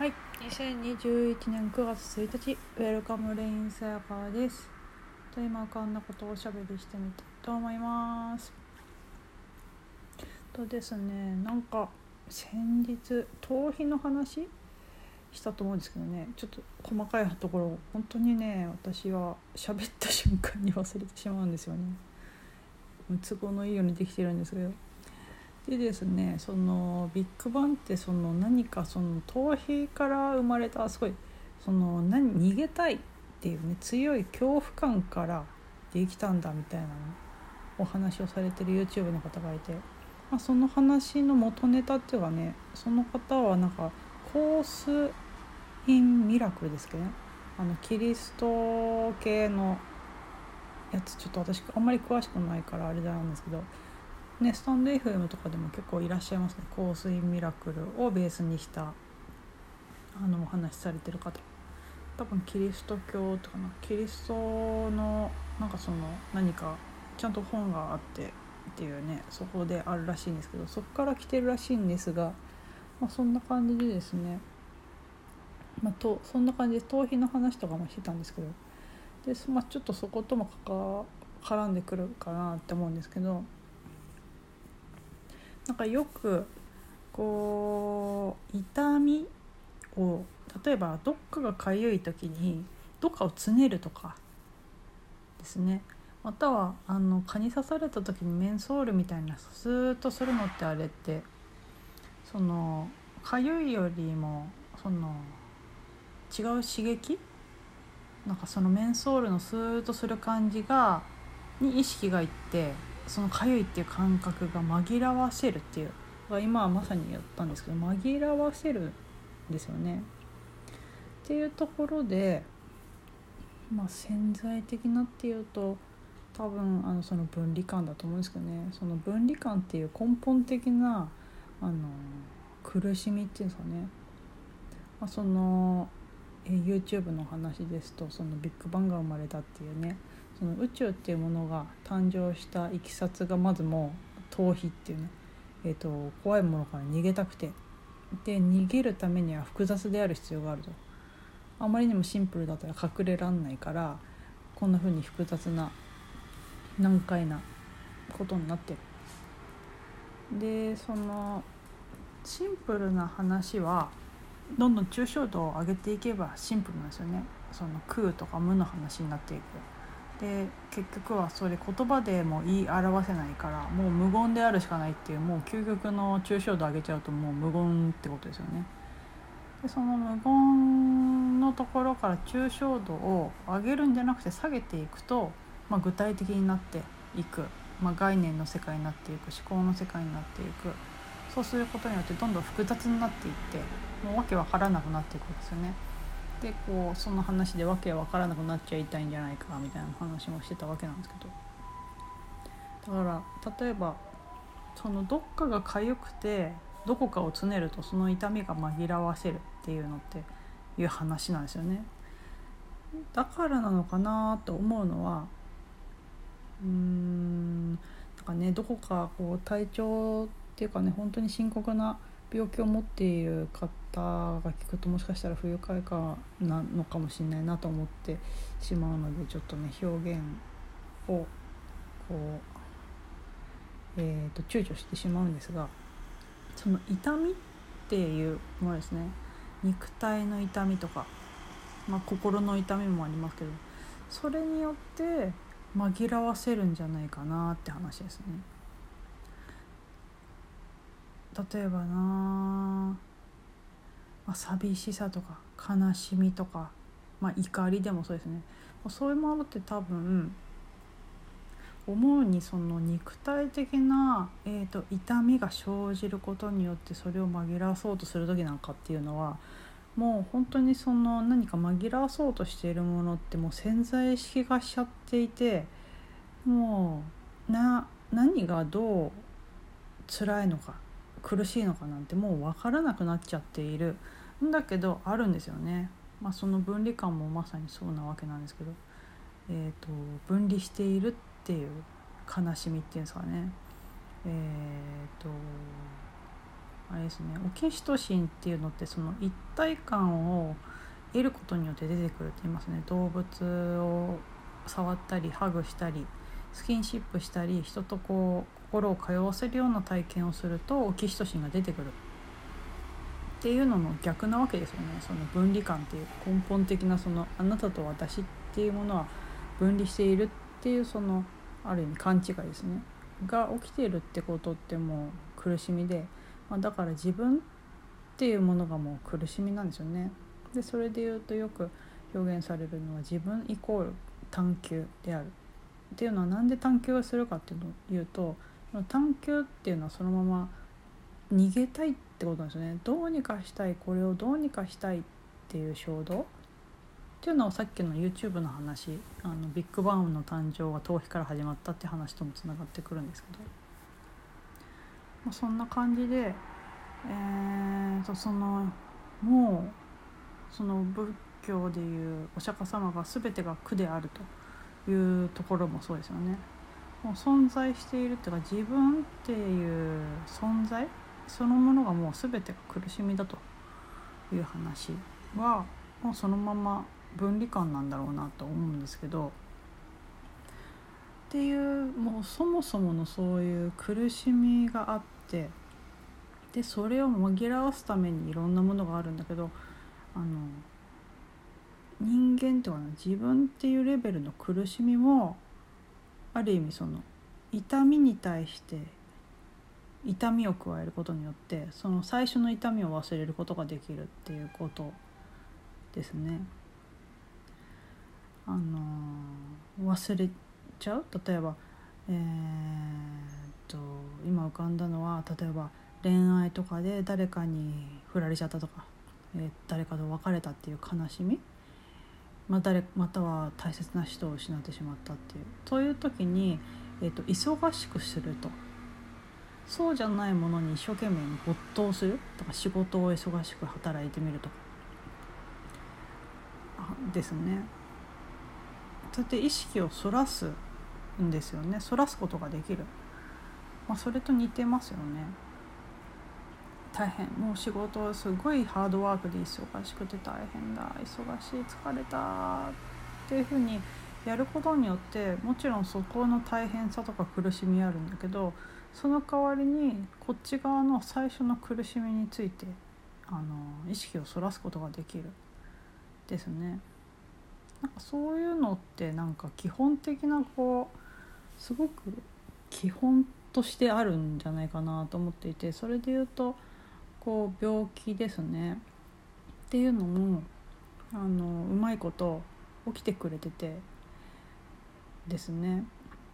はい、2021年9月1日ウェルカムレインサーカーです。今こんなことをおしゃべりしてみたいと思います。ですね、なんか先日頭皮の話したと思うんですけどね、ちょっと細かいところ本当にね、私は喋った瞬間に忘れてしまうんですよね。都合のいいようにできてるんですけど、でですね、そのビッグバンってその何かその頭皮から生まれたすごいその逃げたいっていうね強い恐怖感からできたんだみたいなのお話をされてる YouTube の方がいて、その話の元ネタっていうかね、その方はなんかコース・イン・ミラクルですけどね、キリスト系のやつ、ちょっと私あんまり詳しくないからあれなんですけどね、スタンド FM とかでも結構いらっしゃいますね。香水ミラクルをベースにしたお話しされてる方、多分キリスト教とかな、キリストのなんかその何かちゃんと本があってっていうね、そこであるらしいんですけど、そこから来てるらしいんですが、そんな感じでですね、そんな感じで頭皮の話とかもしてたんですけど、で、ちょっとそことも絡んでくるかなって思うんですけど、なんかよくこう痛みを、例えばどっかがかゆい時にどっかをつねるとかですね、または蚊に刺された時にメンソールみたいなスーッとするのって、あれってそのかゆいよりもその違う刺激、なんかそのメンソールのスーッとする感じに意識がいって、そのかゆいっていう感覚が紛らわせるっていう、今はまさにやったんですけど、紛らわせるんですよねっていうところで、潜在的なっていうと多分その分離感だと思うんですけどね、その分離感っていう根本的な苦しみっていうんですかね、そのYouTube の話ですと、そのビッグバンが生まれたっていうね、その宇宙っていうものが誕生したいきさつが、まずもう逃避っていうね、怖いものから逃げたくて、で逃げるためには複雑である必要があると、あまりにもシンプルだったら隠れらんないから、こんな風に複雑な難解なことになってる。でそのシンプルな話はどんどん抽象度を上げていけばシンプルなんですよね。その空とか無の話になっていく。で結局はそれ言葉でも言い表せないから、もう無言であるしかないっていう、もう究極の抽象度を上げちゃうともう無言ってことですよね。でその無言のところから抽象度を上げるんじゃなくて下げていくと、具体的になっていく、概念の世界になっていく、思考の世界になっていく。そうすることによってどんどん複雑になっていって、もうわけわからなくなっていくんですよね。でその話でわけわからなくなっちゃいたいんじゃないかみたいな話もしてたわけなんですけど、だから例えばそのどっかが痒くてどこかをつねると、その痛みが紛らわせるっていうのっていう話なんですよね。だからなのかなと思うのは、なんかね、どこかこう体調っていうかね、本当に深刻な病気を持っている方が聞くと、もしかしたら不愉快かなのかもしれないなと思ってしまうので、ちょっとね表現をこう、躊躇してしまうんですが、その痛みっていうものですね、肉体の痛みとか、心の痛みもありますけど、それによって紛らわせるんじゃないかなって話ですね。例えば寂しさとか悲しみとか、怒りでもそうですね。そういうものって多分思うにその肉体的な、痛みが生じることによって、それを紛らわそうとする時なんかっていうのは、もう本当にその何か紛らわそうとしているものってもう潜在意識化しちゃっていて、もう何がどう辛いのか苦しいのかなんてもう分からなくなっちゃっているんだけど、あるんですよね。その分離感もまさにそうなわけなんですけど、分離しているっていう悲しみっていうんですかね。 あれですね、オキシトシンっていうのってその一体感を得ることによって出てくるって言いますね。動物を触ったりハグしたりスキンシップしたり人とこう心を通わせるような体験をするとオキシトシンが出てくるっていうのの逆なわけですよね。その分離感っていう根本的なそのあなたと私っていうものは分離しているっていうそのある意味勘違いですねが起きているってことってもう苦しみで、だから自分っていうものがもう苦しみなんですよね。でそれで言うとよく表現されるのは自分イコール探求であるっていうのはなんで探求をするかっていうと探求っていうのはそのまま逃げたいってことなんですよね。どうにかしたい、これをどうにかしたいっていう衝動っていうのはさっきの YouTube の話ビッグバンの誕生が逃避から始まったって話ともつながってくるんですけど、そんな感じで、そのもうその仏教でいうお釈迦様が全てが苦であるというところもそうですよね。もう存在しているっていうか自分っていう存在そのものがもう全てが苦しみだという話はもうそのまま分離感なんだろうなと思うんですけど、っていうもうそもそものそういう苦しみがあって、でそれを紛らわすためにいろんなものがあるんだけど、人間とは自分っていうレベルの苦しみもある意味その痛みに対して痛みを加えることによってその最初の痛みを忘れることができるっていうことですね。忘れちゃう。例えば、今浮かんだのは例えば恋愛とかで誰かに振られちゃったとか、誰かと別れたっていう悲しみ、または大切な人を失ってしまったっていうそういう時に、忙しくするとそうじゃないものに一生懸命に没頭するとか仕事を忙しく働いてみるとかですね。そうやって意識をそらすんですよね。そらすことができる、それと似てますよね。大変もう仕事すごいハードワークで忙しくて大変だ忙しい疲れたっていうふうにやることによってもちろんそこの大変さとか苦しみあるんだけどその代わりにこっち側の最初の苦しみについて意識をそらすことができるですね。なんかそういうのってなんか基本的なすごく基本としてあるんじゃないかなと思っていて、それで言うと病気ですねっていうのもうまいこと起きてくれててですね。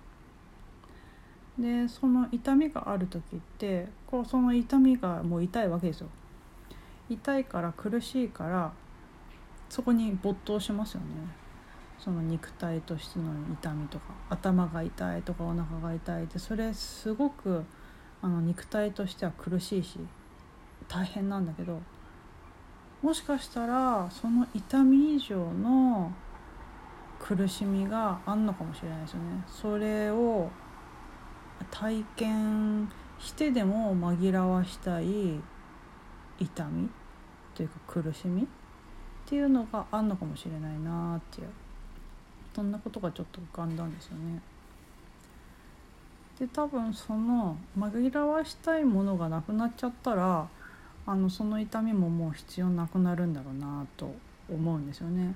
でその痛みがある時ってその痛みがもう痛いわけですよ。痛いから苦しいからそこに没頭しますよね。その肉体としての痛みとか頭が痛いとかお腹が痛いってそれすごく肉体としては苦しいし大変なんだけど、もしかしたらその痛み以上の苦しみがあんのかもしれないですよね。それを体験してでも紛らわしたい痛みというか苦しみっていうのがあんのかもしれないなっていう、そんなことがちょっと浮かんだんですよね。で多分その紛らわしたいものがなくなっちゃったらその痛みももう必要なくなるんだろうなと思うんですよね。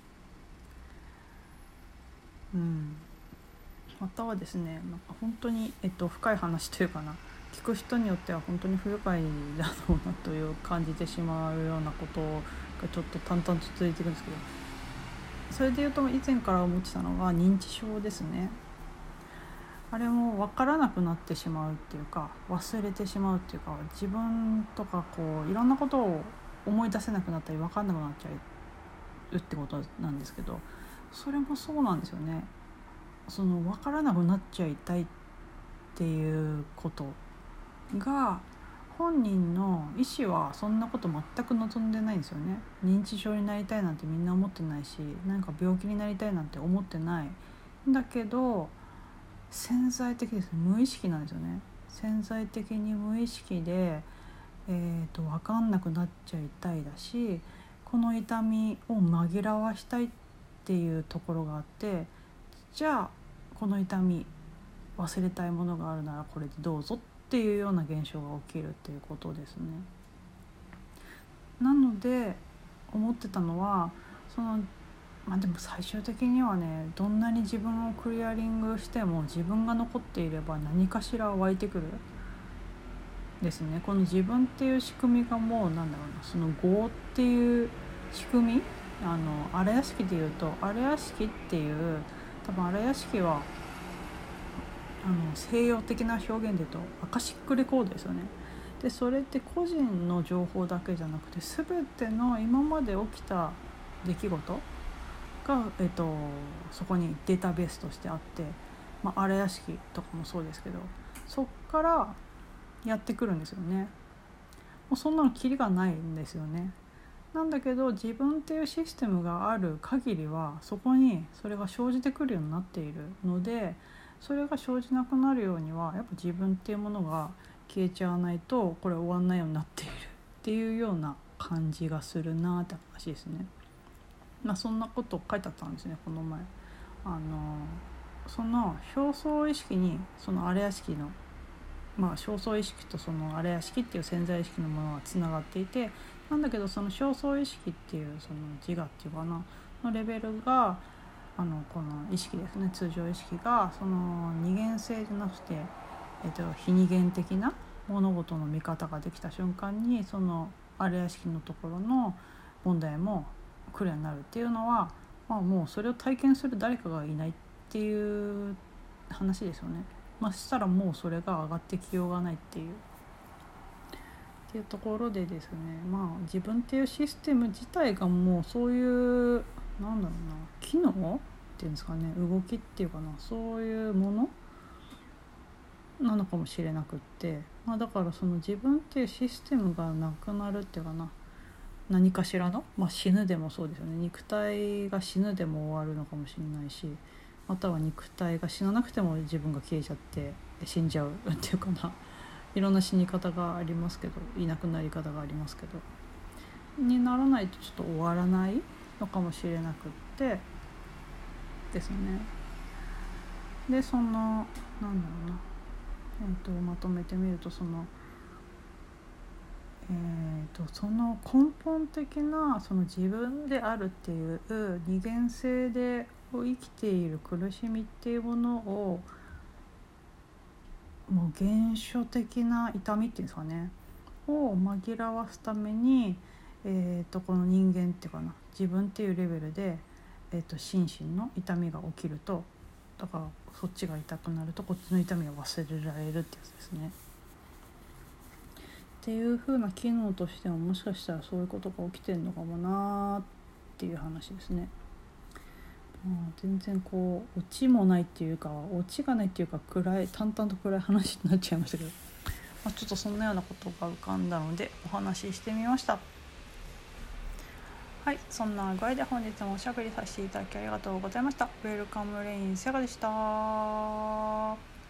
またはですねなんか本当に、深い話というかな聞く人によっては本当に不愉快だろうなという感じてしまうようなことがちょっと淡々と続いていくんですけど、それでいうと以前から思ってたのが認知症ですね。あれも分からなくなってしまうっていうか忘れてしまうっていうか自分とかいろんなことを思い出せなくなったり分かんなくなっちゃうってことなんですけど、それもそうなんですよね。その分からなくなっちゃいたいっていうことが本人の意思はそんなこと全く望んでないんですよね。認知症になりたいなんてみんな思ってないし何か病気になりたいなんて思ってないんだけど潜在的です。無意識なんですよね。潜在的に無意識で、 分かんなくなっちゃいたいだし、この痛みを紛らわしたいっていうところがあって、じゃあこの痛み忘れたいものがあるならこれでどうぞっていうような現象が起きるっていうことですね。なので思ってたのはでも最終的にはね、どんなに自分をクリアリングしても自分が残っていれば何かしら湧いてくるですね。この自分っていう仕組みがもうその業っていう仕組み、荒屋敷でいうと荒屋敷っていう、多分荒屋敷は西洋的な表現で言うとアカシックレコードですよね。でそれって個人の情報だけじゃなくて全ての今まで起きた出来事が、そこにデータベースとしてあって、荒屋敷とかもそうですけど、そっからやってくるんですよね。もうそんなのキリがないんですよね。なんだけど自分っていうシステムがある限りはそこにそれが生じてくるようになっているので、それが生じなくなるようにはやっぱ自分っていうものが消えちゃわないとこれ終わんないようになっているっていうような感じがするなって話ですね。そんなこと書いてあったんですね、この前。その表層意識にその荒屋敷の焦燥意識とその荒屋敷っていう潜在意識のものがつながっていて、なんだけどその焦燥意識っていうその自我っていうかなのレベルがこの意識ですね、通常意識がその二元性じゃなくて、非二元的な物事の見方ができた瞬間にその荒屋敷のところの問題もクリアになるっていうのは、もうそれを体験する誰かがいないっていう話ですよね。そしたらもうそれが上がってきようがないっていうところでですね、自分っていうシステム自体がもうそういう機能っていうんですかね、動きっていうかな、そういうものなのかもしれなくって、だからその自分っていうシステムがなくなるっていうかな、何かしらの、死ぬでもそうですよね、肉体が死ぬでも終わるのかもしれないし、または肉体が死ななくても自分が消えちゃって死んじゃうっていうかな、いろんな死に方がありますけど、いなくなり方がありますけど、にならないとちょっと終わらないのかもしれなくってですね。でそのまとめてみるとその根本的なその自分であるっていう二元性で生きている苦しみっていうものをもう原初的な痛みっていうんですかねを紛らわすために、この人間っていうかな、自分っていうレベルで、心身の痛みが起きると、だからそっちが痛くなるとこっちの痛みが忘れられるってやつですね。っていう風な機能としてももしかしたらそういうことが起きてるのかもなっていう話ですね。全然こうオチもないっていうか、オチがないっていうか淡々と暗い話になっちゃいましたけど、ちょっとそんなようなことが浮かんだのでお話ししてみました。はい、そんな具合で本日もおしゃべりさせていただきありがとうございました。ウェルカムレインセガでした。